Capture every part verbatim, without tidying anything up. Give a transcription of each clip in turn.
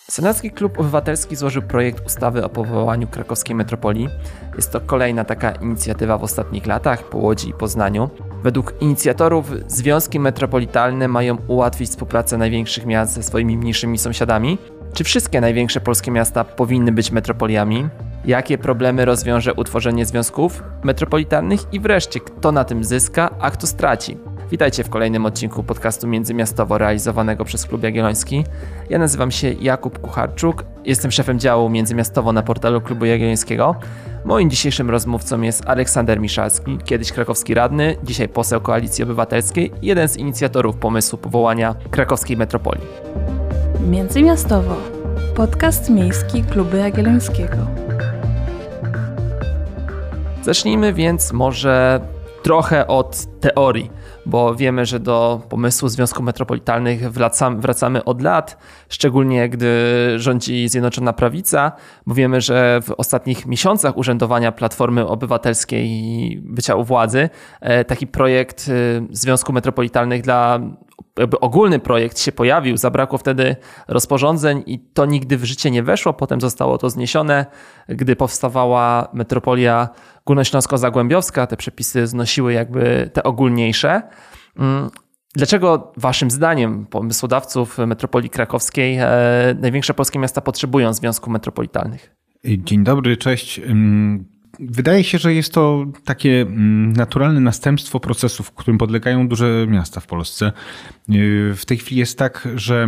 Senacki Klub Obywatelski złożył projekt ustawy o powołaniu krakowskiej metropolii. Jest to kolejna taka inicjatywa w ostatnich latach po Łodzi i Poznaniu. Według inicjatorów związki metropolitalne mają ułatwić współpracę największych miast ze swoimi mniejszymi sąsiadami. Czy wszystkie największe polskie miasta powinny być metropoliami? Jakie problemy rozwiąże utworzenie związków metropolitalnych i wreszcie kto na tym zyska, a kto straci? Witajcie w kolejnym odcinku podcastu Międzymiastowo realizowanego przez Klub Jagielloński. Ja nazywam się Jakub Kucharczuk, jestem szefem działu Międzymiastowo na portalu Klubu Jagiellońskiego. Moim dzisiejszym rozmówcą jest Aleksander Miszalski, kiedyś krakowski radny, dzisiaj poseł Koalicji Obywatelskiej, jeden z inicjatorów pomysłu powołania krakowskiej metropolii. Międzymiastowo. Podcast miejski Klubu Jagiellońskiego. Zacznijmy więc może trochę od teorii, bo wiemy, że do pomysłu związków metropolitalnych wracamy, wracamy od lat, szczególnie gdy rządzi Zjednoczona Prawica, bo wiemy, że w ostatnich miesiącach urzędowania Platformy Obywatelskiej i bycia u władzy taki projekt związków metropolitalnych dla jakby ogólny projekt się pojawił, zabrakło wtedy rozporządzeń i to nigdy w życie nie weszło. Potem zostało to zniesione, gdy powstawała metropolia górnośląsko-zagłębiowska. Te przepisy znosiły jakby te ogólniejsze. Dlaczego waszym zdaniem, pomysłodawców metropolii krakowskiej, największe polskie miasta potrzebują związków metropolitalnych? Dzień dobry, cześć. Wydaje się, że jest to takie naturalne następstwo procesów, którym podlegają duże miasta w Polsce. W tej chwili jest tak, że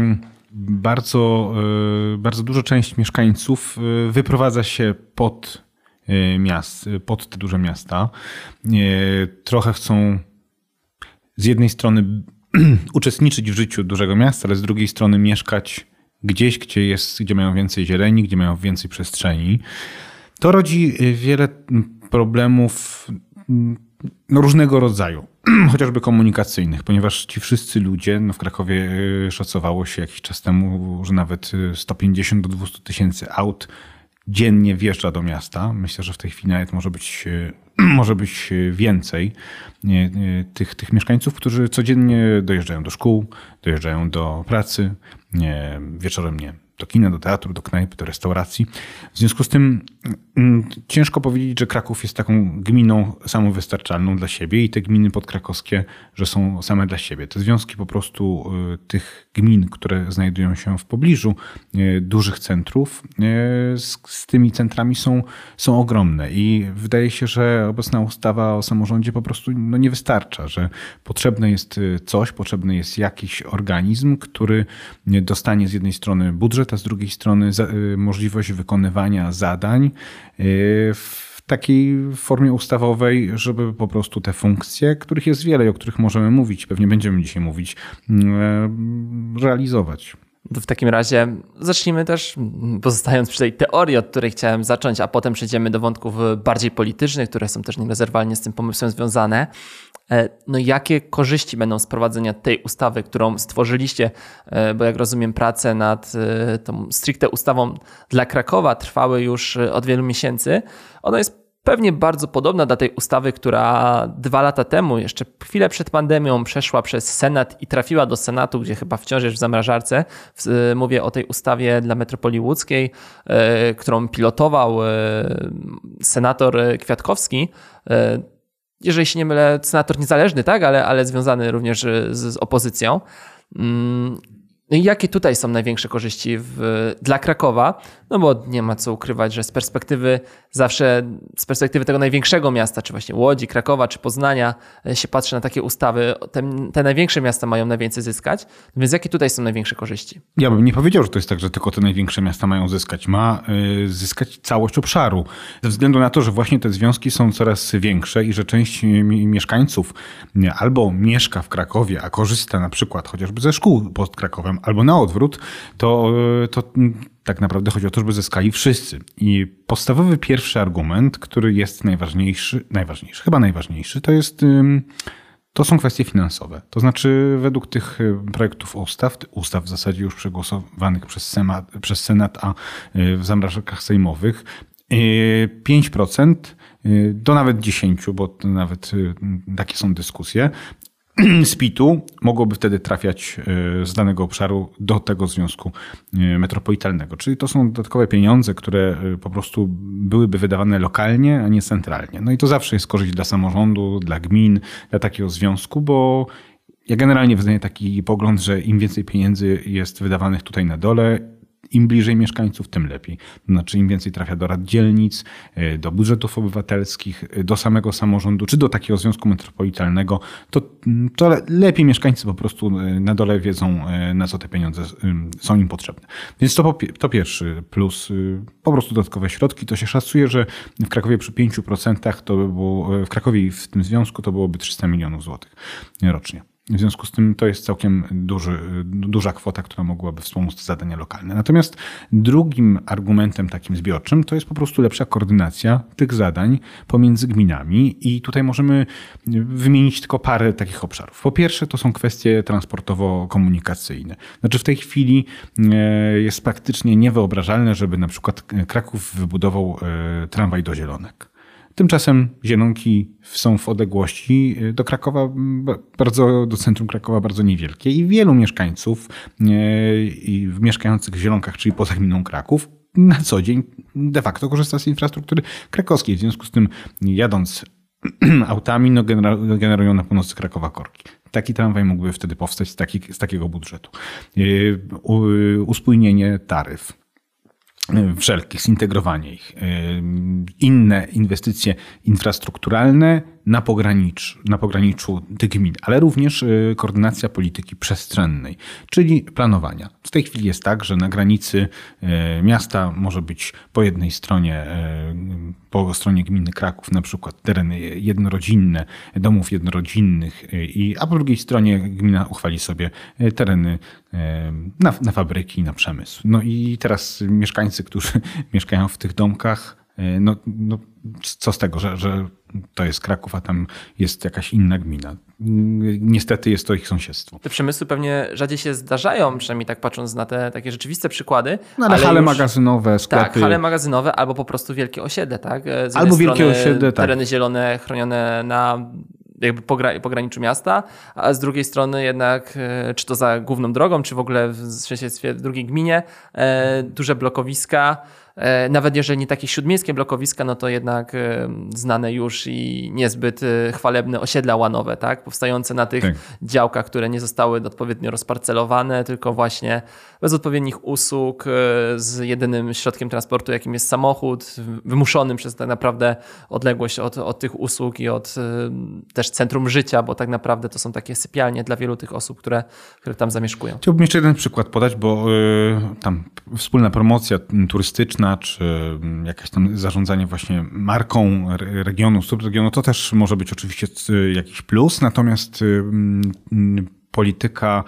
bardzo, bardzo duża część mieszkańców wyprowadza się pod miast, pod te duże miasta. Trochę chcą z jednej strony uczestniczyć w życiu dużego miasta, ale z drugiej strony mieszkać gdzieś, gdzie jest, gdzie mają więcej zieleni, gdzie mają więcej przestrzeni. To rodzi wiele problemów no, różnego rodzaju, chociażby komunikacyjnych, ponieważ ci wszyscy ludzie, no w Krakowie szacowało się jakiś czas temu, że nawet sto pięćdziesiąt do dwustu tysięcy aut dziennie wjeżdża do miasta. Myślę, że w tej chwili nawet może być, może być więcej tych, tych mieszkańców, którzy codziennie dojeżdżają do szkół, dojeżdżają do pracy, nie, wieczorem nie. do kina, do teatru, do knajpy, do restauracji. W związku z tym ciężko powiedzieć, że Kraków jest taką gminą samowystarczalną dla siebie i te gminy podkrakowskie, że są same dla siebie. Te związki po prostu tych gmin, które znajdują się w pobliżu dużych centrów, z, z tymi centrami są, są ogromne i wydaje się, że obecna ustawa o samorządzie po prostu no, nie wystarcza, że potrzebne jest coś, potrzebny jest jakiś organizm, który dostanie z jednej strony budżet, a z drugiej strony możliwość wykonywania zadań w takiej formie ustawowej, żeby po prostu te funkcje, których jest wiele i o których możemy mówić, pewnie będziemy dzisiaj mówić, realizować. To w takim razie zacznijmy też, pozostając przy tej teorii, od której chciałem zacząć, a potem przejdziemy do wątków bardziej politycznych, które są też nierozerwalnie z tym pomysłem związane. No jakie korzyści będą z prowadzenia tej ustawy, którą stworzyliście, bo jak rozumiem prace nad tą stricte ustawą dla Krakowa trwały już od wielu miesięcy. Ona jest pewnie bardzo podobna do tej ustawy, która dwa lata temu, jeszcze chwilę przed pandemią, przeszła przez Senat i trafiła do Senatu, gdzie chyba wciąż jest w zamrażarce. Mówię o tej ustawie dla metropolii łódzkiej, którą pilotował senator Kwiatkowski. Jeżeli się nie mylę, senator niezależny, tak, ale, ale związany również z, z opozycją. No i jakie tutaj są największe korzyści w, dla Krakowa? No bo nie ma co ukrywać, że z perspektywy zawsze, z perspektywy tego największego miasta, czy właśnie Łodzi, Krakowa, czy Poznania się patrzy na takie ustawy, te, te największe miasta mają najwięcej zyskać. Więc jakie tutaj są największe korzyści? Ja bym nie powiedział, że to jest tak, że tylko te największe miasta mają zyskać. Ma y, zyskać całość obszaru. Ze względu na to, że właśnie te związki są coraz większe i że część mieszkańców albo mieszka w Krakowie, a korzysta na przykład chociażby ze szkół pod Krakowem, albo na odwrót, to, to tak naprawdę chodzi o to, żeby zyskali wszyscy. I podstawowy pierwszy argument, który jest najważniejszy, najważniejszy, chyba najważniejszy, to jest, to są kwestie finansowe. To znaczy według tych projektów ustaw, ustaw w zasadzie już przegłosowanych przez Senat, przez Senat a w zamrażarkach sejmowych, pięć procent do nawet dziesięć procent, bo nawet takie są dyskusje, z P I T-u mogłoby wtedy trafiać z danego obszaru do tego związku metropolitalnego. Czyli to są dodatkowe pieniądze, które po prostu byłyby wydawane lokalnie, a nie centralnie. No i to zawsze jest korzyść dla samorządu, dla gmin, dla takiego związku, bo ja generalnie wyznaję taki pogląd, że im więcej pieniędzy jest wydawanych tutaj na dole, im bliżej mieszkańców, tym lepiej. To znaczy im więcej trafia do rad dzielnic, do budżetów obywatelskich, do samego samorządu, czy do takiego związku metropolitalnego, to, to lepiej mieszkańcy po prostu na dole wiedzą, na co te pieniądze są im potrzebne. Więc to, to pierwszy plus. Po prostu dodatkowe środki. To się szacuje, że w Krakowie przy pięciu procentach to by było, w Krakowie w tym związku to byłoby trzysta milionów złotych rocznie. W związku z tym to jest całkiem duży, duża kwota, która mogłaby wspomóc te zadania lokalne. Natomiast drugim argumentem takim zbiorczym to jest po prostu lepsza koordynacja tych zadań pomiędzy gminami i tutaj możemy wymienić tylko parę takich obszarów. Po pierwsze to są kwestie transportowo-komunikacyjne. Znaczy w tej chwili jest praktycznie niewyobrażalne, żeby na przykład Kraków wybudował tramwaj do Zielonek. Tymczasem Zielonki są w odległości do Krakowa, bardzo, do centrum Krakowa bardzo niewielkie i wielu mieszkańców i mieszkających w Zielonkach, czyli poza gminą Kraków, na co dzień de facto korzysta z infrastruktury krakowskiej. W związku z tym jadąc autami no generują na północy Krakowa korki. Taki tramwaj mógłby wtedy powstać z, taki, z takiego budżetu. Uspójnienie taryf. Wszelkich, zintegrowanie ich, inne inwestycje infrastrukturalne na pograniczu, na pograniczu tych gmin, ale również koordynacja polityki przestrzennej, czyli planowania. W tej chwili jest tak, że na granicy miasta może być po jednej stronie, po stronie gminy Kraków na przykład tereny jednorodzinne, domów jednorodzinnych, i, a po drugiej stronie gmina uchwali sobie tereny na, na fabryki, na przemysł. No i teraz mieszkańcy, którzy mieszkają w tych domkach, no, no co z tego, że, że to jest Kraków, a tam jest jakaś inna gmina. Niestety jest to ich sąsiedztwo. Te przemysły pewnie rzadziej się zdarzają, przynajmniej tak patrząc na te takie rzeczywiste przykłady. No, ale, ale hale już, magazynowe, sklepy. Tak, hale magazynowe albo po prostu wielkie osiedle. Tak? Z albo wielkie osiedle, tak. Tereny zielone chronione na jakby pograniczu miasta, a z drugiej strony jednak, czy to za główną drogą, czy w ogóle w sąsiedztwie w drugiej gminie, duże blokowiska. Nawet jeżeli nie takie śródmiejskie blokowiska, no to jednak znane już i niezbyt chwalebne osiedla łanowe, tak? Powstające na tych tak. działkach, które nie zostały odpowiednio rozparcelowane, tylko właśnie bez odpowiednich usług, z jedynym środkiem transportu, jakim jest samochód, wymuszonym przez tak naprawdę odległość od, od tych usług i od też centrum życia, bo tak naprawdę to są takie sypialnie dla wielu tych osób, które, które tam zamieszkują. Chciałbym jeszcze jeden przykład podać, bo y, tam wspólna promocja turystyczna, czy jakieś tam zarządzanie właśnie marką regionu, subregionu, to też może być oczywiście jakiś plus, natomiast polityka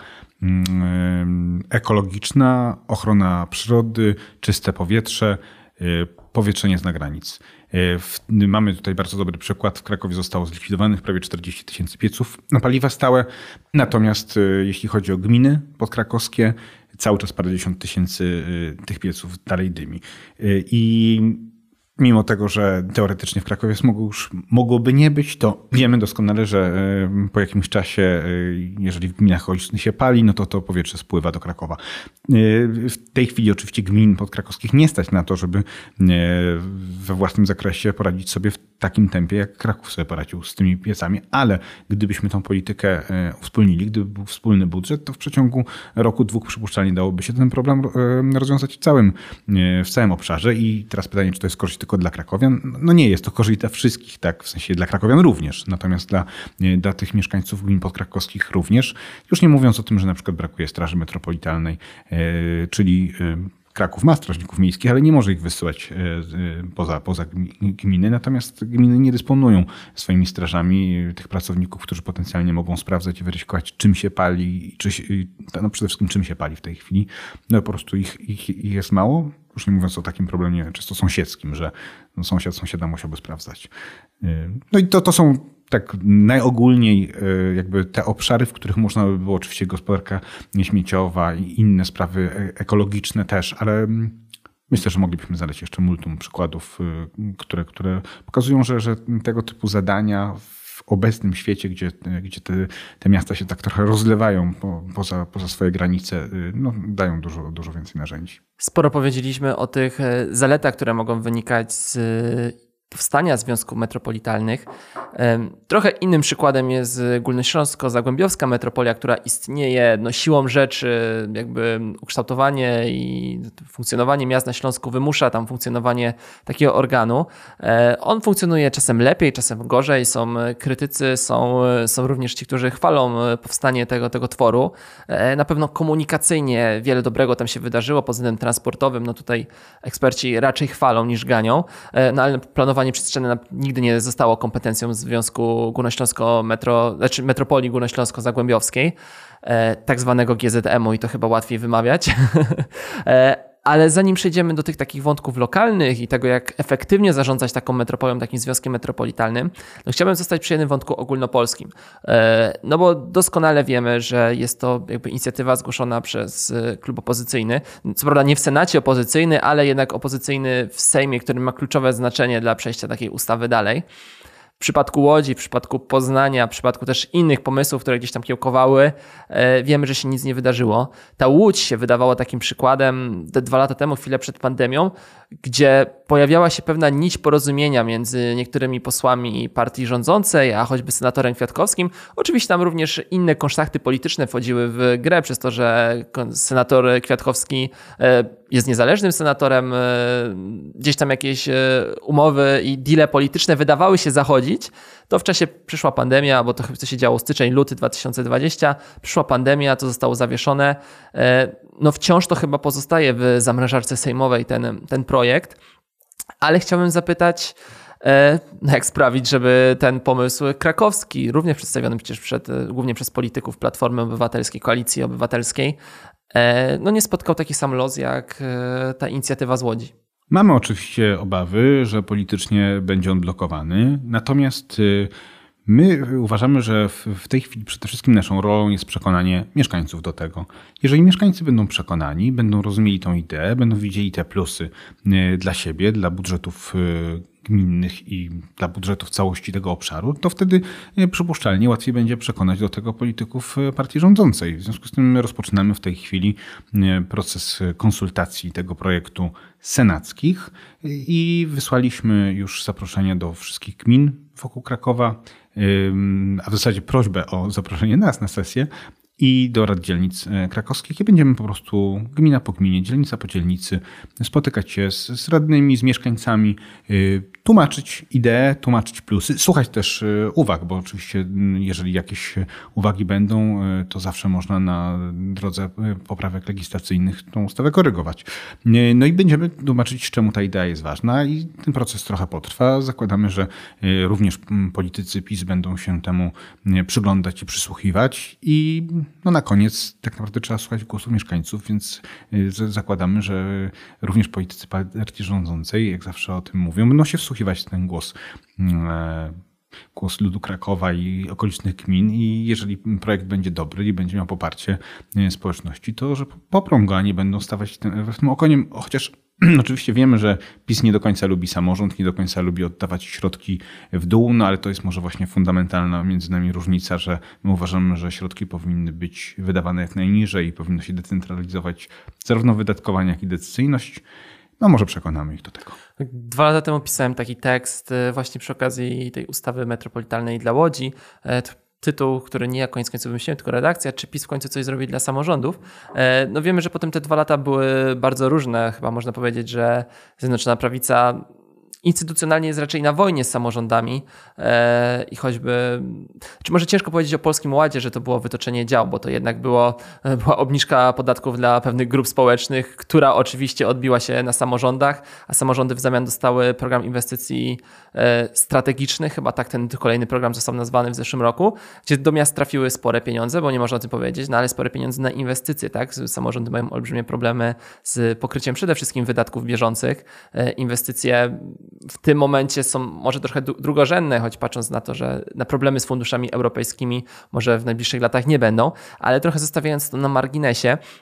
ekologiczna, ochrona przyrody, czyste powietrze, powietrzenie zna granic. Mamy tutaj bardzo dobry przykład. W Krakowie zostało zlikwidowanych prawie czterdzieści tysięcy pieców na paliwa stałe, natomiast jeśli chodzi o gminy podkrakowskie, cały czas parędziesiąt tysięcy tych pieców dalej dymi. I mimo tego, że teoretycznie w Krakowie smogu już mogłoby nie być, to wiemy doskonale, że po jakimś czasie, jeżeli w gminach się pali, no to to powietrze spływa do Krakowa. W tej chwili oczywiście gmin podkrakowskich nie stać na to, żeby we własnym zakresie poradzić sobie w takim tempie, jak Kraków sobie poradził z tymi piecami, ale gdybyśmy tą politykę uwspólnili, gdyby był wspólny budżet, to w przeciągu roku, dwóch przypuszczalnie dałoby się ten problem rozwiązać w całym, w całym obszarze. I teraz pytanie, czy to jest korzyść tylko dla krakowian? No nie jest to korzyść dla wszystkich, tak, w sensie dla krakowian również, natomiast dla, dla tych mieszkańców gmin podkrakowskich również. Już nie mówiąc o tym, że na przykład brakuje straży metropolitalnej, czyli Kraków ma strażników miejskich, ale nie może ich wysyłać poza, poza gminy, natomiast gminy nie dysponują swoimi strażami, tych pracowników, którzy potencjalnie mogą sprawdzać i weryfikować, czym się pali, czy, no przede wszystkim czym się pali w tej chwili. No po prostu ich, ich, ich jest mało, już nie mówiąc o takim problemie czysto sąsiedzkim, że no sąsiad sąsiada musiałby sprawdzać. No i to, to są tak najogólniej jakby te obszary, w których można by było oczywiście gospodarka nieśmieciowa i inne sprawy ekologiczne też, ale myślę, że moglibyśmy znaleźć jeszcze multum przykładów, które, które pokazują, że, że tego typu zadania w w obecnym świecie, gdzie, gdzie te, te miasta się tak trochę rozlewają po, poza, poza swoje granice, no, dają dużo, dużo więcej narzędzi. Sporo powiedzieliśmy o tych zaletach, które mogą wynikać z powstania związków metropolitalnych. Trochę innym przykładem jest Górnośląsko-Zagłębiowska metropolia, która istnieje no, siłą rzeczy, jakby ukształtowanie i funkcjonowanie miast na Śląsku wymusza tam funkcjonowanie takiego organu. On funkcjonuje czasem lepiej, czasem gorzej. Są krytycy, są, są również ci, którzy chwalą powstanie tego, tego tworu. Na pewno komunikacyjnie wiele dobrego tam się wydarzyło, pod względem transportowym. No tutaj eksperci raczej chwalą niż ganią, no ale planowanie przestrzenne nigdy nie zostało kompetencją Związku Górnośląsko-Metro, znaczy Metropolii Górnośląsko-Zagłębiowskiej, e, tak zwanego G Z M u i to chyba łatwiej wymawiać. e, ale zanim przejdziemy do tych takich wątków lokalnych i tego, jak efektywnie zarządzać taką metropolią, takim związkiem metropolitalnym, no chciałbym zostać przy jednym wątku ogólnopolskim. E, no bo doskonale wiemy, że jest to jakby inicjatywa zgłoszona przez klub opozycyjny. Co prawda nie w Senacie opozycyjny, ale jednak opozycyjny w Sejmie, który ma kluczowe znaczenie dla przejścia takiej ustawy dalej. W przypadku Łodzi, w przypadku Poznania, w przypadku też innych pomysłów, które gdzieś tam kiełkowały, wiemy, że się nic nie wydarzyło. Ta Łódź się wydawała takim przykładem te dwa lata temu, chwilę przed pandemią, gdzie pojawiała się pewna nić porozumienia między niektórymi posłami partii rządzącej, a choćby senatorem Kwiatkowskim. Oczywiście tam również inne konsztachty polityczne wchodziły w grę, przez to, że senator Kwiatkowski jest niezależnym senatorem, gdzieś tam jakieś umowy i deale polityczne wydawały się zachodzić, to w czasie przyszła pandemia, bo to chyba co się działo styczeń, luty dwa tysiące dwudziesty, przyszła pandemia, to zostało zawieszone. No wciąż to chyba pozostaje w zamrażarce sejmowej ten, ten projekt, ale chciałbym zapytać, jak sprawić, żeby ten pomysł krakowski, również przedstawiony przecież przed, głównie przez polityków Platformy Obywatelskiej, Koalicji Obywatelskiej, no nie spotkał taki sam los jak ta inicjatywa z Łodzi. Mamy oczywiście obawy, że politycznie będzie on blokowany, natomiast my uważamy, że w tej chwili przede wszystkim naszą rolą jest przekonanie mieszkańców do tego. Jeżeli mieszkańcy będą przekonani, będą rozumieli tą ideę, będą widzieli te plusy dla siebie, dla budżetów gminnych i dla budżetów całości tego obszaru, to wtedy przypuszczalnie łatwiej będzie przekonać do tego polityków partii rządzącej. W związku z tym rozpoczynamy w tej chwili proces konsultacji tego projektu senackich i wysłaliśmy już zaproszenia do wszystkich gmin wokół Krakowa, a w zasadzie prośbę o zaproszenie nas na sesję i do rad dzielnic krakowskich i będziemy po prostu gmina po gminie, dzielnica po dzielnicy spotykać się z, z radnymi, z mieszkańcami, tłumaczyć ideę, tłumaczyć plusy, słuchać też uwag, bo oczywiście jeżeli jakieś uwagi będą, to zawsze można na drodze poprawek legislacyjnych tą ustawę korygować. No i będziemy tłumaczyć, czemu ta idea jest ważna i ten proces trochę potrwa. Zakładamy, że również politycy PiS będą się temu przyglądać i przysłuchiwać i no na koniec tak naprawdę trzeba słuchać głosu mieszkańców, więc zakładamy, że również politycy partii rządzącej, jak zawsze o tym mówią, będą się wsłuchiwać w ten głos, głos ludu Krakowa i okolicznych gmin i jeżeli projekt będzie dobry i będzie miał poparcie społeczności, to że poprą go, a nie będą stawać w tym okoniem, chociaż oczywiście wiemy, że PiS nie do końca lubi samorząd, nie do końca lubi oddawać środki w dół, no ale to jest może właśnie fundamentalna między nami różnica, że my uważamy, że środki powinny być wydawane jak najniżej i powinno się decentralizować zarówno wydatkowanie, jak i decyzyjność. No może przekonamy ich do tego. Dwa lata temu pisałem taki tekst właśnie przy okazji tej ustawy metropolitalnej dla Łodzi. Tytuł, który nie ja koniec końców wymyśliłem, tylko redakcja, czy PiS w końcu coś zrobi dla samorządów. No wiemy, że potem te dwa lata były bardzo różne. Chyba można powiedzieć, że Zjednoczona Prawica instytucjonalnie jest raczej na wojnie z samorządami e, i choćby, czy może ciężko powiedzieć o Polskim Ładzie, że to było wytoczenie dział, bo to jednak było, była obniżka podatków dla pewnych grup społecznych, która oczywiście odbiła się na samorządach, a samorządy w zamian dostały program inwestycji e, strategicznych, chyba tak ten kolejny program został nazwany w zeszłym roku, gdzie do miast trafiły spore pieniądze, bo nie można o tym powiedzieć, no ale spore pieniądze na inwestycje, tak? Samorządy mają olbrzymie problemy z pokryciem przede wszystkim wydatków bieżących. E, inwestycje w tym momencie są może trochę drugorzędne, choć patrząc na to, że na problemy z funduszami europejskimi może w najbliższych latach nie będą, ale trochę zostawiając to na marginesie,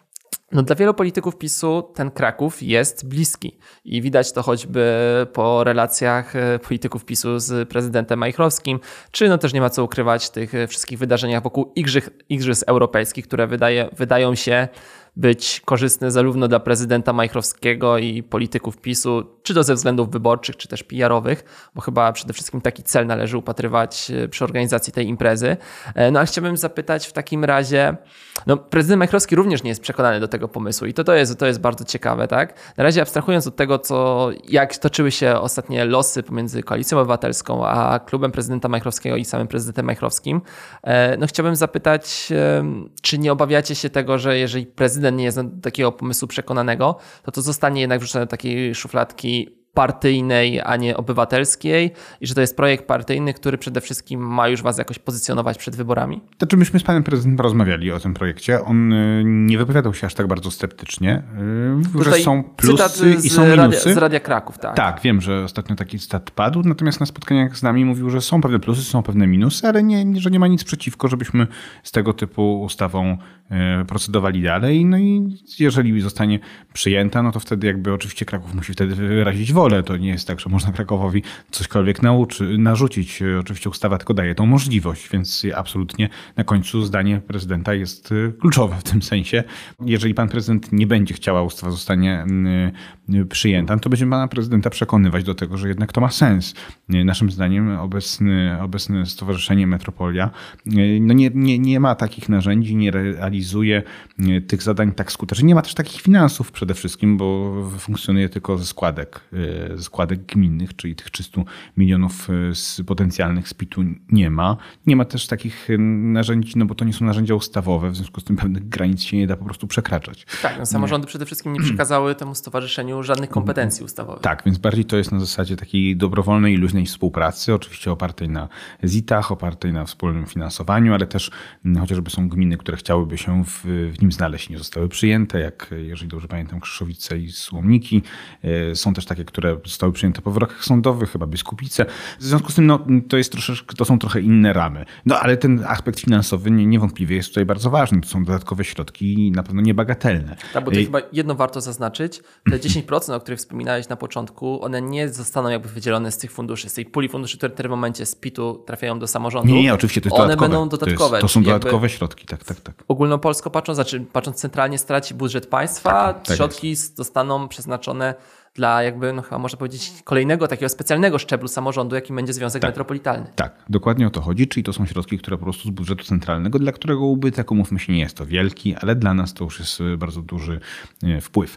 No dla wielu polityków PiSu ten Kraków jest bliski i widać to choćby po relacjach polityków PiSu z prezydentem Majchrowskim, czy no też nie ma co ukrywać tych wszystkich wydarzeniach wokół Igrzysk, Igrzysk Europejskich, które wydaje, wydają się być korzystne zarówno dla prezydenta Majchrowskiego i polityków PiSu, czy to ze względów wyborczych, czy też P R-owych, bo chyba przede wszystkim taki cel należy upatrywać przy organizacji tej imprezy. No ale chciałbym zapytać w takim razie, no prezydent Majchrowski również nie jest przekonany do tego pomysłu i to, to, jest, to jest bardzo ciekawe, tak? Na razie abstrahując od tego, co, jak toczyły się ostatnie losy pomiędzy Koalicją Obywatelską, a klubem prezydenta Majchrowskiego i samym prezydentem Majchrowskim, no chciałbym zapytać, czy nie obawiacie się tego, że jeżeli prezydent nie jest do takiego pomysłu przekonanego, to to zostanie jednak wrzucone do takiej szufladki partyjnej, a nie obywatelskiej i że to jest projekt partyjny, który przede wszystkim ma już was jakoś pozycjonować przed wyborami? Znaczy myśmy z panem prezydentem rozmawiali o tym projekcie. On nie wypowiadał się aż tak bardzo sceptycznie, że są plusy i są minusy. Radia, z Radia Kraków, tak. Tak, wiem, że ostatnio taki cytat padł, natomiast na spotkaniach z nami mówił, że są pewne plusy, są pewne minusy, ale nie, że nie ma nic przeciwko, żebyśmy z tego typu ustawą procedowali dalej. No i jeżeli zostanie przyjęta, no to wtedy jakby oczywiście Kraków musi wtedy wyrazić wolę. To nie jest tak, że można Krakowowi cośkolwiek nauczy, narzucić. Oczywiście ustawa tylko daje tą możliwość, więc absolutnie na końcu zdanie prezydenta jest kluczowe w tym sensie. Jeżeli pan prezydent nie będzie chciał, a ustawa zostanie przyjęta, to będziemy pana prezydenta przekonywać do tego, że jednak to ma sens. Naszym zdaniem obecny, obecne Stowarzyszenie Metropolia no nie, nie, nie ma takich narzędzi, nie realizuje tych zadań tak skutecznie. Nie ma też takich finansów przede wszystkim, bo funkcjonuje tylko ze składek, ze składek gminnych, czyli tych trzystu milionów z potencjalnych z pitu nie ma. Nie ma też takich narzędzi, no bo to nie są narzędzia ustawowe, w związku z tym pewnych granic się nie da po prostu przekraczać. Tak, no samorządy przede wszystkim nie przekazały temu stowarzyszeniu żadnych kompetencji ustawowych. Tak, więc bardziej to jest na zasadzie takiej dobrowolnej i luźnej współpracy, oczywiście opartej na zitach, opartej na wspólnym finansowaniu, ale też chociażby są gminy, które chciałyby się w, w nim znaleźć, nie zostały przyjęte, jak jeżeli dobrze pamiętam Krzyszowice i Słomniki. Są też takie, które zostały przyjęte po wyrokach sądowych, chyba Biskupice. W związku z tym no, to, jest troszeczkę, to są trochę inne ramy. No ale ten aspekt finansowy niewątpliwie jest tutaj bardzo ważny. To są dodatkowe środki i na pewno niebagatelne. Tak, bo tutaj I... chyba jedno warto zaznaczyć. Te dziesięć procent, o których wspominałeś na początku, one nie zostaną jakby wydzielone z tych funduszy, z tej puli funduszy, które w tym momencie z pitu trafiają do samorządu. Nie, nie, oczywiście to jest one dodatkowe. będą dodatkowe. To, jest, to są dodatkowe środki, tak, tak, tak. Ogólnopolsko patrząc, znaczy patrząc centralnie straci budżet państwa, tak, tak środki jest. Zostaną przeznaczone dla jakby, no chyba można powiedzieć, kolejnego takiego specjalnego szczeblu samorządu, jakim będzie Związek tak, Metropolitalny. Tak, dokładnie o to chodzi, czyli to są środki, które po prostu z budżetu centralnego, dla którego ubytek, umówmy się, nie jest to wielki, ale dla nas to już jest bardzo duży wpływ.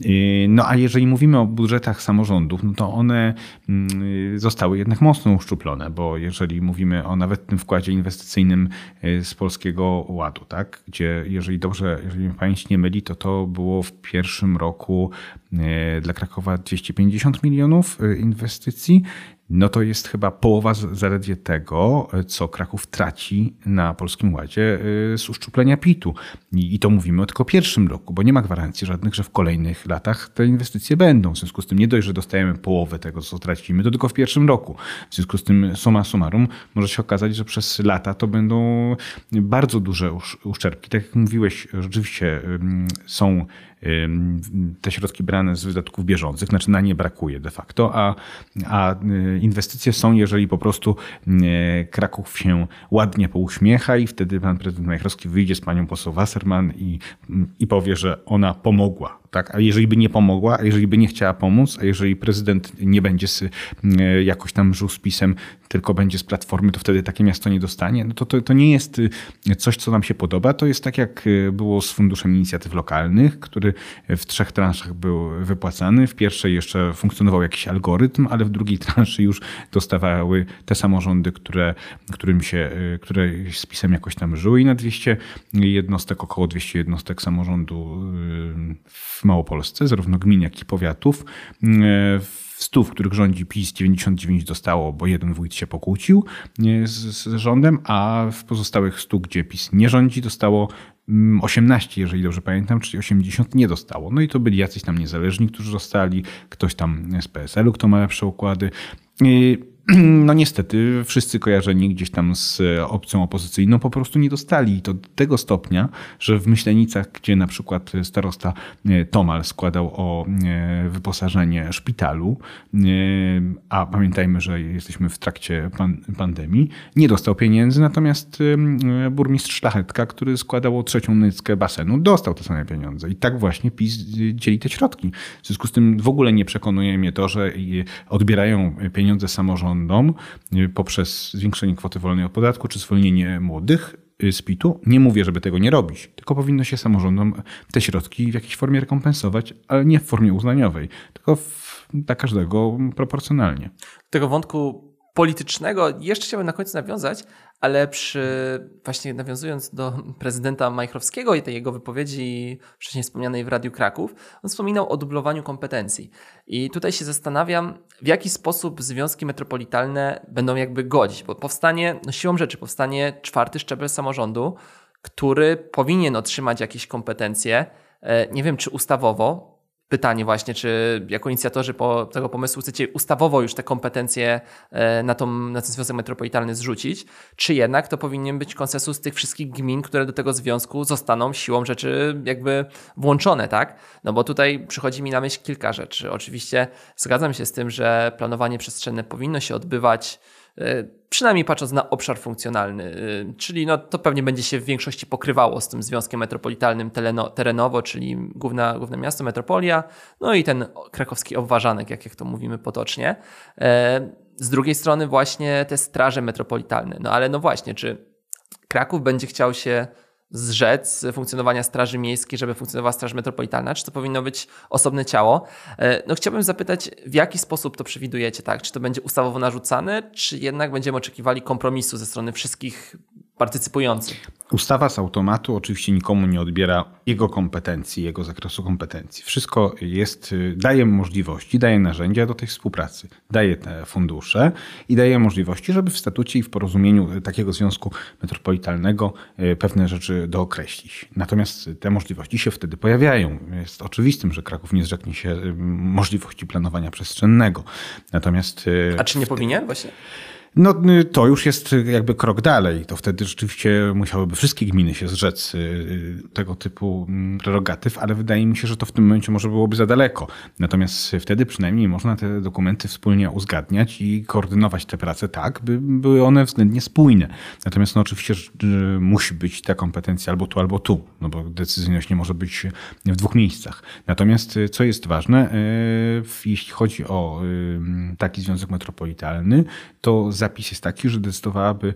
No a jeżeli mówimy o budżetach samorządów, no to one zostały jednak mocno uszczuplone, bo jeżeli mówimy o nawet tym wkładzie inwestycyjnym z Polskiego Ładu, tak, gdzie jeżeli dobrze, jeżeli mnie pamięć nie myli, to to było w pierwszym roku dla Krakowa dwieście pięćdziesiąt milionów inwestycji, no to jest chyba połowa zaledwie tego, co Kraków traci na Polskim Ładzie z uszczuplenia pitu. I to mówimy o tylko pierwszym roku, bo nie ma gwarancji żadnych, że w kolejnych latach te inwestycje będą. W związku z tym nie dość, że dostajemy połowę tego, co tracimy, to tylko w pierwszym roku. W związku z tym summa summarum może się okazać, że przez lata to będą bardzo duże uszczerbki. Tak jak mówiłeś, rzeczywiście są te środki brane z wydatków bieżących, znaczy na nie brakuje de facto, a, a inwestycje są, jeżeli po prostu Kraków się ładnie pouśmiecha i wtedy pan prezydent Majchrowski wyjdzie z panią poseł Wasserman i, i powie, że ona pomogła. Tak? A jeżeli by nie pomogła, a jeżeli by nie chciała pomóc, a jeżeli prezydent nie będzie z, jakoś tam żył z PiS-em, tylko będzie z Platformy, to wtedy takie miasto nie dostanie. No to, to, to nie jest coś, co nam się podoba. To jest tak, jak było z Funduszem Inicjatyw Lokalnych, który w trzech transzach był wypłacany. W pierwszej jeszcze funkcjonował jakiś algorytm, ale w drugiej transzy już dostawały te samorządy, które, którym się, które z PiS-em jakoś tam żyły i na dwieście jednostek, około dwieście jednostek samorządu w Małopolsce, zarówno gmin, jak i powiatów. W stu, w których rządzi PiS, dziewięćdziesiąt dziewięć dostało, bo jeden wójt się pokłócił z, z rządem, a w pozostałych stu, gdzie PiS nie rządzi, dostało osiemnaście, jeżeli dobrze pamiętam, czyli osiemdziesiąt nie dostało. No i to byli jacyś tam niezależni, którzy dostali, ktoś tam z P S L u, kto ma lepsze układy. no niestety wszyscy kojarzeni gdzieś tam z opcją opozycyjną po prostu nie dostali. I to do tego stopnia, że w Myślenicach, gdzie na przykład starosta Tomal składał o wyposażenie szpitalu, a pamiętajmy, że jesteśmy w trakcie pan- pandemii, nie dostał pieniędzy, natomiast burmistrz Szlachetka, który składał o trzecią nyckę basenu, dostał te same pieniądze. I tak właśnie PiS dzieli te środki. W związku z tym w ogóle nie przekonuje mnie to, że odbierają pieniądze samorządom poprzez zwiększenie kwoty wolnej od podatku czy zwolnienie młodych z P I T-u. Nie mówię, żeby tego nie robić, tylko powinno się samorządom te środki w jakiejś formie rekompensować, ale nie w formie uznaniowej, tylko w, dla każdego proporcjonalnie. Tego wątku politycznego jeszcze chciałbym na końcu nawiązać, ale przy właśnie nawiązując do prezydenta Majchrowskiego i tej jego wypowiedzi wcześniej wspomnianej w Radiu Kraków, on wspominał o dublowaniu kompetencji. I tutaj się zastanawiam, w jaki sposób związki metropolitalne będą jakby godzić, bo powstanie, no siłą rzeczy powstanie czwarty szczebel samorządu, który powinien otrzymać jakieś kompetencje, nie wiem czy ustawowo. Pytanie właśnie, czy jako inicjatorzy po tego pomysłu chcecie ustawowo już te kompetencje na, tą, na ten związek metropolitalny zrzucić, czy jednak to powinien być konsensus tych wszystkich gmin, które do tego związku zostaną siłą rzeczy jakby włączone, tak? No bo tutaj przychodzi mi na myśl kilka rzeczy. Oczywiście zgadzam się z tym, że planowanie przestrzenne powinno się odbywać przynajmniej patrząc na obszar funkcjonalny, czyli no to pewnie będzie się w większości pokrywało z tym związkiem metropolitalnym terenowo, czyli główna, główne miasto, metropolia, no i ten krakowski obwarzanek, jak, jak to mówimy potocznie. Z drugiej strony właśnie te straże metropolitalne, no ale no właśnie, czy Kraków będzie chciał się zrzec funkcjonowania Straży Miejskiej, żeby funkcjonowała Straż Metropolitalna, czy to powinno być osobne ciało? No chciałbym zapytać, w jaki sposób to przewidujecie, tak? Czy to będzie ustawowo narzucane, czy jednak będziemy oczekiwali kompromisu ze strony wszystkich partycypujących? Ustawa z automatu oczywiście nikomu nie odbiera jego kompetencji, jego zakresu kompetencji. Wszystko jest, daje możliwości, daje narzędzia do tej współpracy, daje te fundusze i daje możliwości, żeby w statucie i w porozumieniu takiego związku metropolitalnego pewne rzeczy dookreślić. Natomiast te możliwości się wtedy pojawiają. Jest oczywistym, że Kraków nie zrzeknie się możliwości planowania przestrzennego. Natomiast... A czy nie powinien właśnie? No to już jest jakby krok dalej. To wtedy rzeczywiście musiałyby wszystkie gminy się zrzec tego typu prerogatyw, ale wydaje mi się, że to w tym momencie może byłoby za daleko. Natomiast wtedy przynajmniej można te dokumenty wspólnie uzgadniać i koordynować te prace tak, by były one względnie spójne. Natomiast no oczywiście musi być ta kompetencja albo tu, albo tu, no bo decyzyjność nie może być w dwóch miejscach. Natomiast co jest ważne, jeśli chodzi o taki związek metropolitalny, to zapis jest taki, że decydowałaby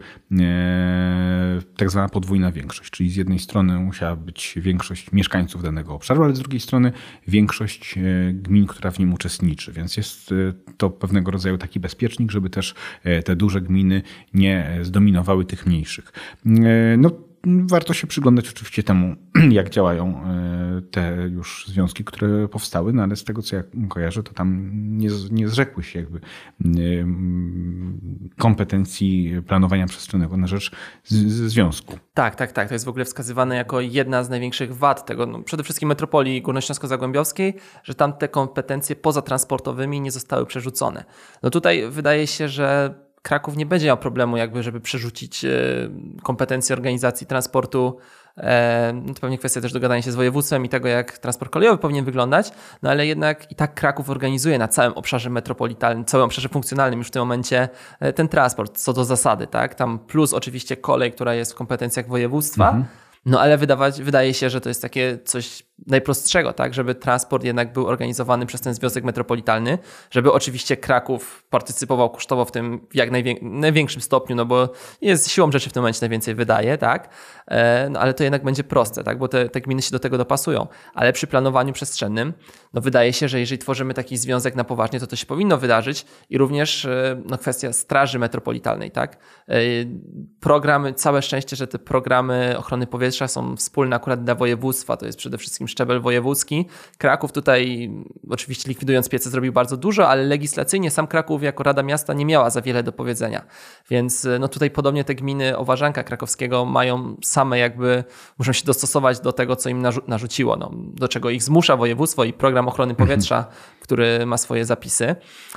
e, tak zwana podwójna większość, czyli z jednej strony musiała być większość mieszkańców danego obszaru, ale z drugiej strony większość e, gmin, która w nim uczestniczy. Więc jest e, to pewnego rodzaju taki bezpiecznik, żeby też e, te duże gminy nie zdominowały tych mniejszych. E, no, warto się przyglądać oczywiście temu, jak działają te już związki, które powstały, no ale z tego, co ja kojarzę, to tam nie, nie zrzekły się jakby kompetencji planowania przestrzennego na rzecz z, z związku. Tak, tak, tak. To jest w ogóle wskazywane jako jedna z największych wad tego, no przede wszystkim metropolii górnośląsko-zagłębiowskiej, że tam te kompetencje pozatransportowymi nie zostały przerzucone. No tutaj wydaje się, że Kraków nie będzie miał problemu jakby, żeby przerzucić kompetencje organizacji transportu. No to pewnie kwestia też dogadania się z województwem i tego, jak transport kolejowy powinien wyglądać, no ale jednak i tak Kraków organizuje na całym obszarze metropolitalnym, całym obszarze funkcjonalnym już w tym momencie ten transport, co do zasady, tak? Tam plus oczywiście kolej, która jest w kompetencjach województwa, mhm. No ale wydawać, wydaje się, że to jest takie coś najprostszego, tak, żeby transport jednak był organizowany przez ten związek metropolitalny, żeby oczywiście Kraków partycypował kosztowo w tym w jak najwię- największym stopniu, no bo jest siłą rzeczy w tym momencie najwięcej wydaje, tak, e, no ale to jednak będzie proste, tak, bo te, te gminy się do tego dopasują, ale przy planowaniu przestrzennym, no wydaje się, że jeżeli tworzymy taki związek na poważnie, to to się powinno wydarzyć i również e, no kwestia straży metropolitalnej, tak, e, programy, całe szczęście, że te programy ochrony powietrza są wspólne akurat dla województwa, to jest przede wszystkim szczebel wojewódzki. Kraków tutaj oczywiście likwidując piece zrobił bardzo dużo, ale legislacyjnie sam Kraków jako Rada Miasta nie miała za wiele do powiedzenia. Więc no tutaj podobnie te gminy Obwarzanka Krakowskiego mają same jakby, muszą się dostosować do tego, co im narzu- narzuciło, no, do czego ich zmusza województwo i program ochrony powietrza, który ma swoje zapisy.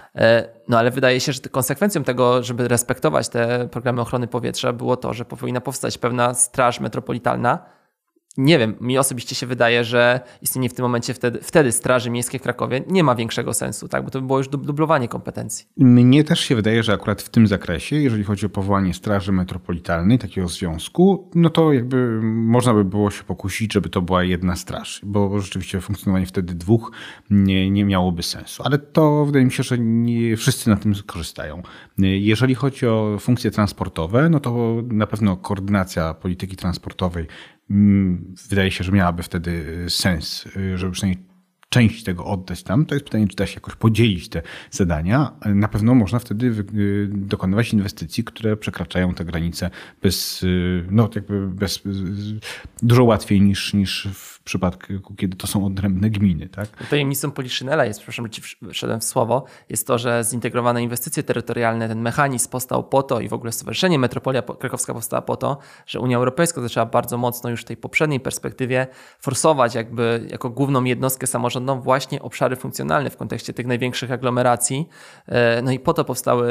No ale wydaje się, że konsekwencją tego, żeby respektować te programy ochrony powietrza było to, że powinna powstać pewna straż metropolitalna. Nie wiem, mi osobiście się wydaje, że istnienie w tym momencie wtedy, wtedy Straży Miejskiej w Krakowie nie ma większego sensu, tak? Bo to by było już dublowanie kompetencji. Mnie też się wydaje, że akurat w tym zakresie, jeżeli chodzi o powołanie Straży Metropolitalnej, takiego związku, no to jakby można by było się pokusić, żeby to była jedna straż, bo rzeczywiście funkcjonowanie wtedy dwóch nie, nie miałoby sensu. Ale to wydaje mi się, że nie wszyscy na tym korzystają. Jeżeli chodzi o funkcje transportowe, no to na pewno koordynacja polityki transportowej wydaje się, że miałaby wtedy sens, żeby przynajmniej część tego oddać tam. To jest pytanie, czy da się jakoś podzielić te zadania. Na pewno można wtedy dokonywać inwestycji, które przekraczają te granice bez, no jakby bez, dużo łatwiej niż, niż w przypadku, kiedy to są odrębne gminy. Tak? Tajemnicą Poliszynela jest, przepraszam, że ci wszedłem w słowo, jest to, że zintegrowane inwestycje terytorialne, ten mechanizm powstał po to i w ogóle Stowarzyszenie Metropolia Krakowska powstała po to, że Unia Europejska zaczęła bardzo mocno już w tej poprzedniej perspektywie forsować jakby jako główną jednostkę samorządową właśnie obszary funkcjonalne w kontekście tych największych aglomeracji. No i po to powstały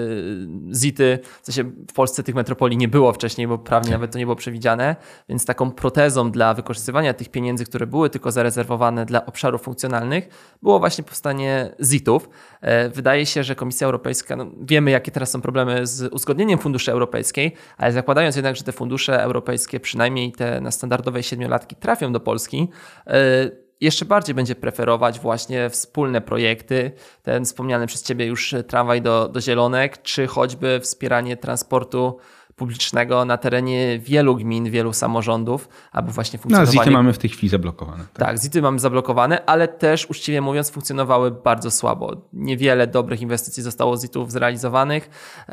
zity. W sensie w Polsce tych metropolii nie było wcześniej, bo prawnie nawet to nie było przewidziane, więc taką protezą dla wykorzystywania tych pieniędzy, które były tylko zarezerwowane dla obszarów funkcjonalnych, było właśnie powstanie zitów. Wydaje się, że Komisja Europejska, no wiemy jakie teraz są problemy z uzgodnieniem funduszy europejskiej, ale zakładając jednak, że te fundusze europejskie, przynajmniej te na standardowej siedmiolatki trafią do Polski, jeszcze bardziej będzie preferować właśnie wspólne projekty, ten wspomniany przez Ciebie już tramwaj do, do Zielonek, czy choćby wspieranie transportu publicznego na terenie wielu gmin, wielu samorządów, aby właśnie funkcjonowanie... No, zity mamy w tej chwili zablokowane. Tak, tak zity mamy zablokowane, ale też uczciwie mówiąc funkcjonowały bardzo słabo. Niewiele dobrych inwestycji zostało z zitów zrealizowanych.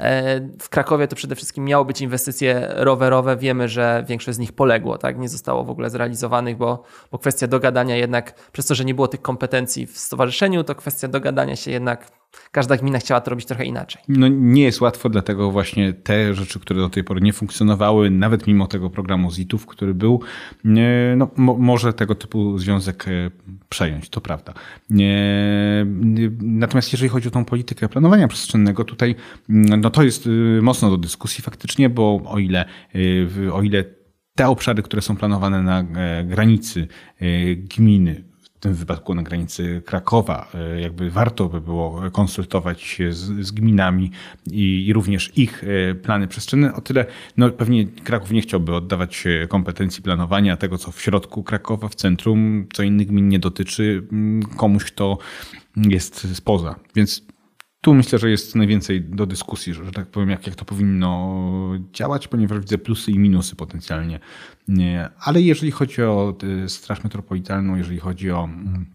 W Krakowie to przede wszystkim miały być inwestycje rowerowe. Wiemy, że większość z nich poległo, tak? Nie zostało w ogóle zrealizowanych, bo, bo kwestia dogadania jednak, przez to, że nie było tych kompetencji w stowarzyszeniu, to kwestia dogadania się jednak każda gmina chciała to robić trochę inaczej. No nie jest łatwo, dlatego właśnie te rzeczy, które do tej pory nie funkcjonowały, nawet mimo tego programu zitów, który był, no, mo- może tego typu związek przejąć, to prawda. Natomiast jeżeli chodzi o tą politykę planowania przestrzennego, tutaj no to jest mocno do dyskusji faktycznie, bo o ile, o ile te obszary, które są planowane na granicy gminy, w tym wypadku na granicy Krakowa, jakby warto by było konsultować się z, z gminami i, i również ich plany przestrzenne. O tyle no, pewnie Kraków nie chciałby oddawać kompetencji planowania tego, co w środku Krakowa, w centrum, co innych gmin nie dotyczy, komuś, kto jest spoza. Więc tu myślę, że jest najwięcej do dyskusji, że, że tak powiem, jak, jak to powinno działać, ponieważ widzę plusy i minusy potencjalnie. Ale jeżeli chodzi o Straż Metropolitalną, jeżeli chodzi o,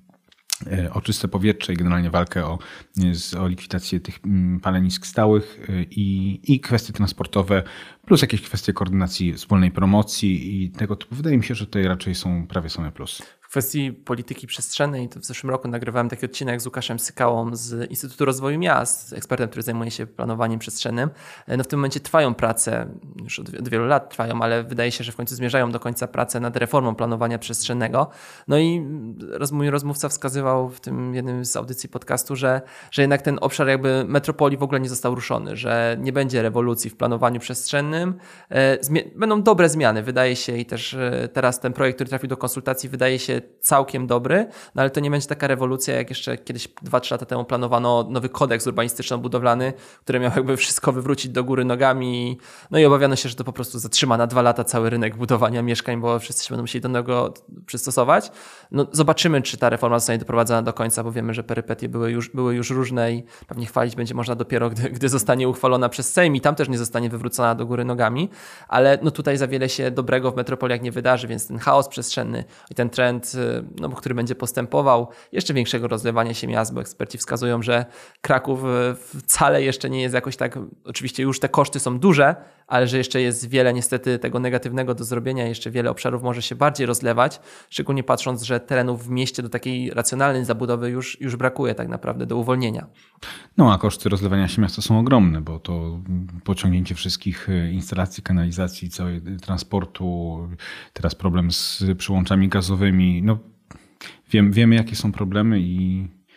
o czyste powietrze i generalnie walkę o, o likwidację tych palenisk stałych i, i kwestie transportowe, plus jakieś kwestie koordynacji wspólnej promocji i tego typu, wydaje mi się, że tutaj raczej są prawie same plusy. W kwestii polityki przestrzennej, to w zeszłym roku nagrywałem taki odcinek z Łukaszem Sykałą z Instytutu Rozwoju Miast, ekspertem, który zajmuje się planowaniem przestrzennym. No w tym momencie trwają prace, już od, od wielu lat trwają, ale wydaje się, że w końcu zmierzają do końca prace nad reformą planowania przestrzennego. No i roz, mój rozmówca wskazywał w tym jednym z audycji podcastu, że, że jednak ten obszar jakby metropolii w ogóle nie został ruszony, że nie będzie rewolucji w planowaniu przestrzennym. Zmie- będą dobre zmiany, wydaje się, i też teraz ten projekt, który trafił do konsultacji, wydaje się całkiem dobry, no ale to nie będzie taka rewolucja, jak jeszcze kiedyś dwa trzy lata temu planowano nowy kodeks urbanistyczno-budowlany, który miał jakby wszystko wywrócić do góry nogami. No i obawiano się, że to po prostu zatrzyma na dwa lata cały rynek budowania mieszkań, bo wszyscy się będą musieli do niego przystosować. No zobaczymy, czy ta reforma zostanie doprowadzona do końca, bo wiemy, że perypetie były już, były już różne i pewnie chwalić będzie można dopiero, gdy, gdy zostanie uchwalona przez Sejm i tam też nie zostanie wywrócona do góry nogami, ale no tutaj za wiele się dobrego w metropoliach nie wydarzy, więc ten chaos przestrzenny i ten trend, no, który będzie postępował, jeszcze większego rozlewania się miast, bo eksperci wskazują, że Kraków wcale jeszcze nie jest jakoś tak, oczywiście już te koszty są duże, ale że jeszcze jest wiele niestety tego negatywnego do zrobienia, jeszcze wiele obszarów może się bardziej rozlewać, szczególnie patrząc, że terenów w mieście do takiej racjonalnej zabudowy już, już brakuje tak naprawdę do uwolnienia. No a koszty rozlewania się miasta są ogromne, bo to pociągnięcie wszystkich instalacji, kanalizacji, całego transportu, teraz problem z przyłączami gazowymi, no wiem, wiemy jakie są problemy i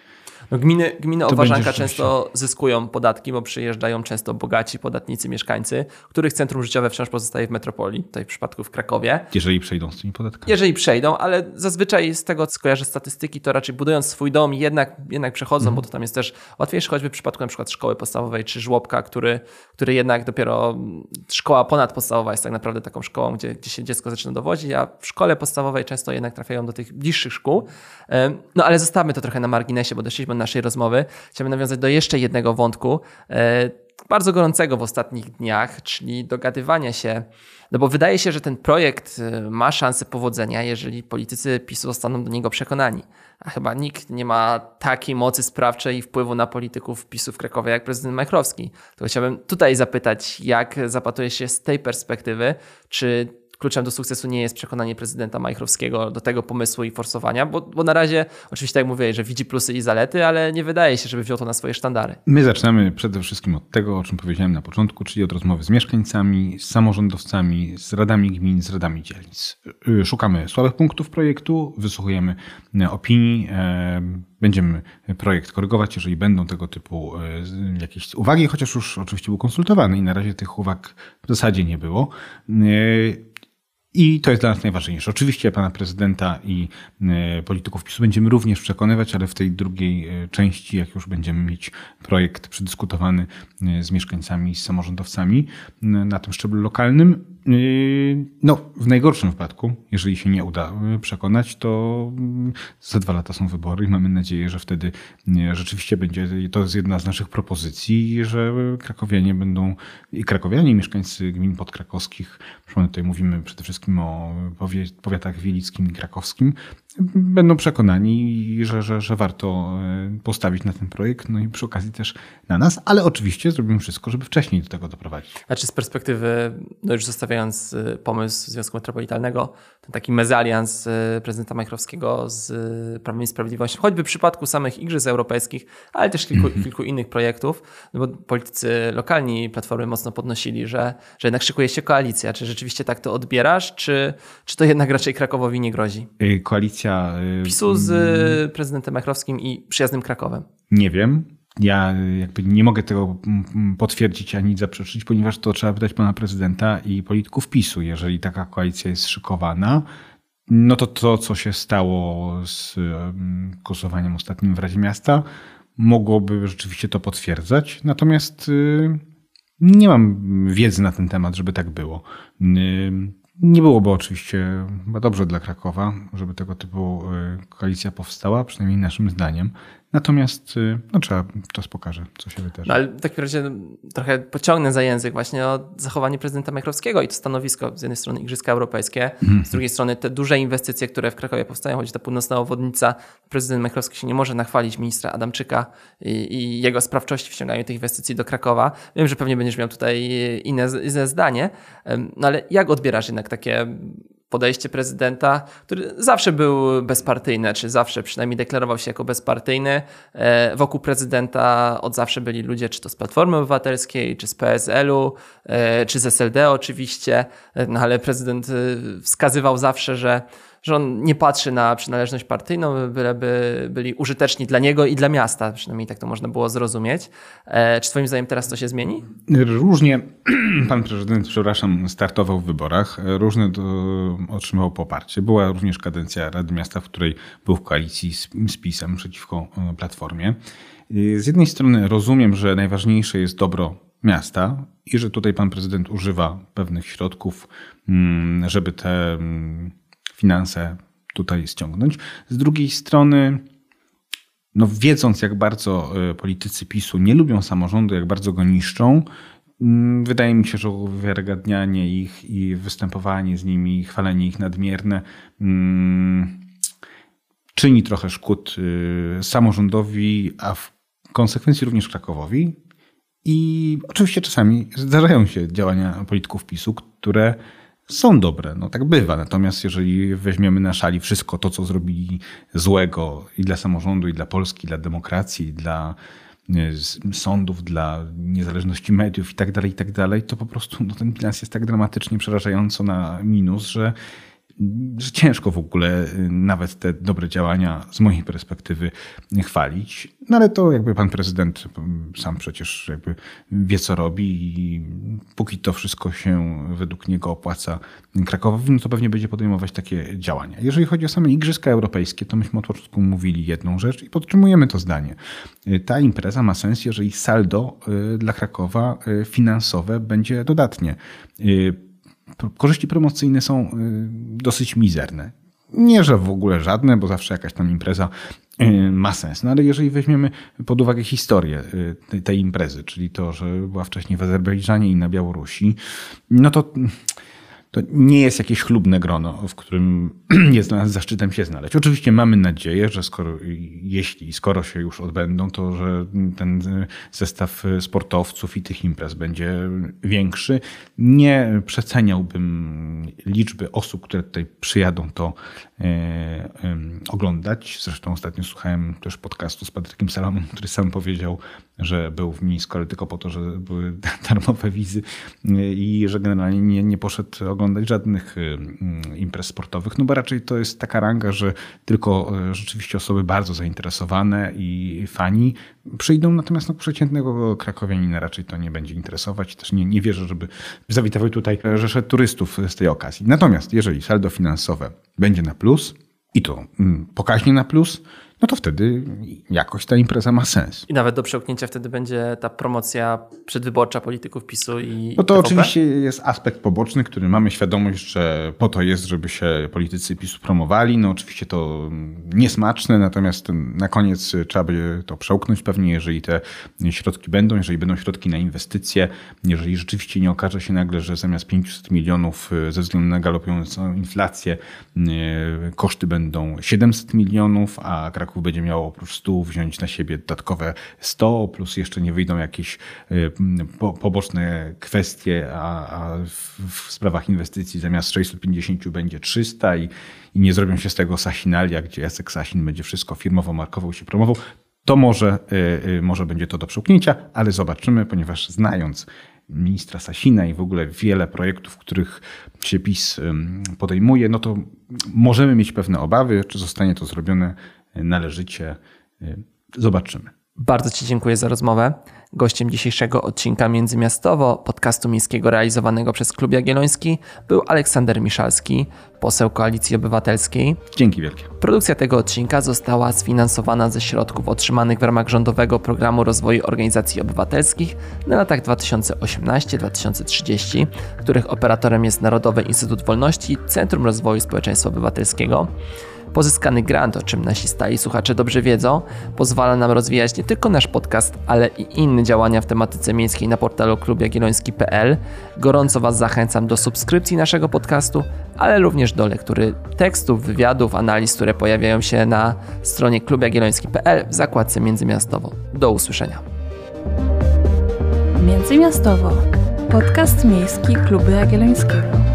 No gminy, gminy o Ważanka rzeczywiście... często zyskują podatki, bo przyjeżdżają często bogaci podatnicy, mieszkańcy, których centrum życiowe wciąż pozostaje w metropolii, tutaj w przypadku w Krakowie. Jeżeli przejdą z tymi podatkami. Jeżeli przejdą, ale zazwyczaj z tego, co kojarzę statystyki, to raczej budując swój dom jednak, jednak przechodzą, mm. bo to tam jest też łatwiejsze, choćby w przypadku na przykład szkoły podstawowej czy żłobka, który, który jednak dopiero szkoła ponadpodstawowa jest tak naprawdę taką szkołą, gdzie, gdzie się dziecko zaczyna dowodzić, a w szkole podstawowej często jednak trafiają do tych bliższych szkół. No ale zostawmy to trochę na marginesie, bo doszliśmy do naszej rozmowy. Chciałbym nawiązać do jeszcze jednego wątku, bardzo gorącego w ostatnich dniach, czyli dogadywania się, no bo wydaje się, że ten projekt ma szansę powodzenia, jeżeli politycy PiSu zostaną do niego przekonani. A chyba nikt nie ma takiej mocy sprawczej i wpływu na polityków PiSu w Krakowie jak prezydent Majchrowski. To chciałbym tutaj zapytać, jak zapatruje się z tej perspektywy, czy kluczem do sukcesu nie jest przekonanie prezydenta Majchrowskiego do tego pomysłu i forsowania, bo, bo na razie oczywiście tak jak mówię, że widzi plusy i zalety, ale nie wydaje się, żeby wziął to na swoje sztandary. My zaczynamy przede wszystkim od tego, o czym powiedziałem na początku, czyli od rozmowy z mieszkańcami, z samorządowcami, z radami gmin, z radami dzielnic. Szukamy słabych punktów projektu, wysłuchujemy opinii, będziemy projekt korygować, jeżeli będą tego typu jakieś uwagi, chociaż już oczywiście był konsultowany i na razie tych uwag w zasadzie nie było. I to jest dla nas najważniejsze. Oczywiście pana prezydenta i polityków PiSu będziemy również przekonywać, ale w tej drugiej części, jak już będziemy mieć projekt przedyskutowany z mieszkańcami, z samorządowcami na tym szczeblu lokalnym, no w najgorszym wypadku, jeżeli się nie uda przekonać, to za dwa lata są wybory i mamy nadzieję, że wtedy rzeczywiście będzie, to jest jedna z naszych propozycji, że krakowianie będą, i krakowianie, i mieszkańcy gmin podkrakowskich, tutaj mówimy przede wszystkim o powiatach wielickim i krakowskim, będą przekonani, że, że, że warto postawić na ten projekt, no i przy okazji też na nas, ale oczywiście zrobimy wszystko, żeby wcześniej do tego doprowadzić. A czy z perspektywy, no już zostawiając pomysł Związku Metropolitalnego, ten taki mezalians prezydenta Majchrowskiego z Prawem i Sprawiedliwością, choćby w przypadku samych Igrzysk Europejskich, ale też kilku, mm-hmm. kilku innych projektów, no bo politycy lokalni Platformy mocno podnosili, że, że jednak szykuje się koalicja. Czy rzeczywiście tak to odbierasz, czy, czy to jednak raczej Krakowowi nie grozi? Koalicja PiSu z prezydentem Majchrowskim i przyjaznym Krakowem. Nie wiem. Ja jakby nie mogę tego potwierdzić ani zaprzeczyć, ponieważ to trzeba pytać pana prezydenta i polityków PiSu. Jeżeli taka koalicja jest szykowana, no to to, co się stało z głosowaniem ostatnim w Radzie Miasta, mogłoby rzeczywiście to potwierdzać. Natomiast nie mam wiedzy na ten temat, żeby tak było. Nie byłoby oczywiście chyba dobrze dla Krakowa, żeby tego typu koalicja powstała, przynajmniej naszym zdaniem. Natomiast no, trzeba, czas pokaże, co się wydarzy. No, ale w takim razie trochę pociągnę za język właśnie o zachowanie prezydenta Majchrowskiego i to stanowisko z jednej strony Igrzyska Europejskie, mm. z drugiej strony te duże inwestycje, które w Krakowie powstają, choć ta północna obwodnica, prezydent Majchrowski się nie może nachwalić ministra Adamczyka i, i jego sprawczości w ściąganiu tych inwestycji do Krakowa. Wiem, że pewnie będziesz miał tutaj inne, inne zdanie, no ale jak odbierasz jednak takie podejście prezydenta, który zawsze był bezpartyjny, czy zawsze przynajmniej deklarował się jako bezpartyjny. Wokół prezydenta od zawsze byli ludzie, czy to z Platformy Obywatelskiej, czy z P S L u, czy z S L D oczywiście, no ale prezydent wskazywał zawsze, że że on nie patrzy na przynależność partyjną, byleby byli użyteczni dla niego i dla miasta. Przynajmniej tak to można było zrozumieć. Czy twoim zdaniem teraz to się zmieni? Różnie pan prezydent, przepraszam, startował w wyborach. Różne to otrzymał poparcie. Była również kadencja Rady Miasta, w której był w koalicji z, z PiS-em przeciwko Platformie. Z jednej strony rozumiem, że najważniejsze jest dobro miasta i że tutaj pan prezydent używa pewnych środków, żeby te finanse tutaj ściągnąć. Z drugiej strony, no wiedząc jak bardzo politycy PiSu nie lubią samorządu, jak bardzo go niszczą, wydaje mi się, że uwiarygadnianie ich i występowanie z nimi, chwalenie ich nadmierne hmm, czyni trochę szkód samorządowi, a w konsekwencji również Krakowowi. I oczywiście czasami zdarzają się działania polityków PiSu, które są dobre, no tak bywa. Natomiast jeżeli weźmiemy na szali wszystko to, co zrobili złego i dla samorządu, i dla Polski, i dla demokracji, i dla sądów, dla niezależności mediów i tak dalej, i tak dalej, to po prostu no, ten bilans jest tak dramatycznie przerażająco na minus, że że ciężko w ogóle nawet te dobre działania z mojej perspektywy chwalić. No ale to jakby pan prezydent sam przecież jakby wie, co robi i póki to wszystko się według niego opłaca Krakowowi, no to pewnie będzie podejmować takie działania. Jeżeli chodzi o same Igrzyska Europejskie, to myśmy od początku mówili jedną rzecz i podtrzymujemy to zdanie. Ta impreza ma sens, jeżeli saldo dla Krakowa finansowe będzie dodatnie. Korzyści promocyjne są dosyć mizerne. Nie, że w ogóle żadne, bo zawsze jakaś tam impreza ma sens. No ale jeżeli weźmiemy pod uwagę historię tej, tej imprezy, czyli to, że była wcześniej w Azerbejdżanie i na Białorusi, no to... To nie jest jakieś chlubne grono, w którym jest dla nas zaszczytem się znaleźć. Oczywiście mamy nadzieję, że skoro, jeśli skoro się już odbędą, to że ten zestaw sportowców i tych imprez będzie większy. Nie przeceniałbym liczby osób, które tutaj przyjadą to e, e, oglądać. Zresztą ostatnio słuchałem też podcastu z Patrykiem Salamą, który sam powiedział, że był w Mińsku, ale tylko po to, że były darmowe wizy i że generalnie nie, nie poszedł oglądać żadnych imprez sportowych, no bo raczej to jest taka ranga, że tylko rzeczywiście osoby bardzo zainteresowane i fani przyjdą, natomiast no, przeciętnego krakowianina raczej to nie będzie interesować. Też nie, nie wierzę, żeby zawitały tutaj rzesze turystów z tej okazji. Natomiast jeżeli saldo finansowe będzie na plus i to pokaźnie na plus, no to wtedy jakoś ta impreza ma sens. I nawet do przełknięcia wtedy będzie ta promocja przedwyborcza polityków PiSu i No to T V P? oczywiście jest aspekt poboczny, który mamy świadomość, że po to jest, żeby się politycy PiSu promowali. No oczywiście to niesmaczne, natomiast na koniec trzeba będzie to przełknąć pewnie, jeżeli te środki będą, jeżeli będą środki na inwestycje, jeżeli rzeczywiście nie okaże się nagle, że zamiast pięćset milionów ze względu na galopującą inflację koszty będą siedemset milionów, a Kraków będzie miał oprócz stu wziąć na siebie dodatkowe sto, plus jeszcze nie wyjdą jakieś po, poboczne kwestie, a, a w, w sprawach inwestycji zamiast sześćset pięćdziesiąt będzie trzysta i, i nie zrobią się z tego Sasinalia, gdzie Jacek Sasin będzie wszystko firmowo markował, się promował. To może, y, może będzie to do przełknięcia, ale zobaczymy, ponieważ znając ministra Sasina i w ogóle wiele projektów, których się PiS podejmuje, no to możemy mieć pewne obawy, czy zostanie to zrobione należycie. Zobaczymy. Bardzo Ci dziękuję za rozmowę. Gościem dzisiejszego odcinka Międzymiastowo, podcastu miejskiego realizowanego przez Klub Jagielloński, był Aleksander Miszalski, poseł Koalicji Obywatelskiej. Dzięki wielkie. Produkcja tego odcinka została sfinansowana ze środków otrzymanych w ramach rządowego Programu Rozwoju Organizacji Obywatelskich na latach dwa tysiące osiemnasty do dwa tysiące trzydziestego, których operatorem jest Narodowy Instytut Wolności – Centrum Rozwoju Społeczeństwa Obywatelskiego. Pozyskany grant, o czym nasi stali słuchacze dobrze wiedzą, pozwala nam rozwijać nie tylko nasz podcast, ale i inne działania w tematyce miejskiej na portalu klub jagielloński kropka p l. Gorąco Was zachęcam do subskrypcji naszego podcastu, ale również do lektury tekstów, wywiadów, analiz, które pojawiają się na stronie klub jagielloński kropka p l w zakładce Międzymiastowo. Do usłyszenia. Międzymiastowo. Podcast miejski Klubu Jagiellońskiego.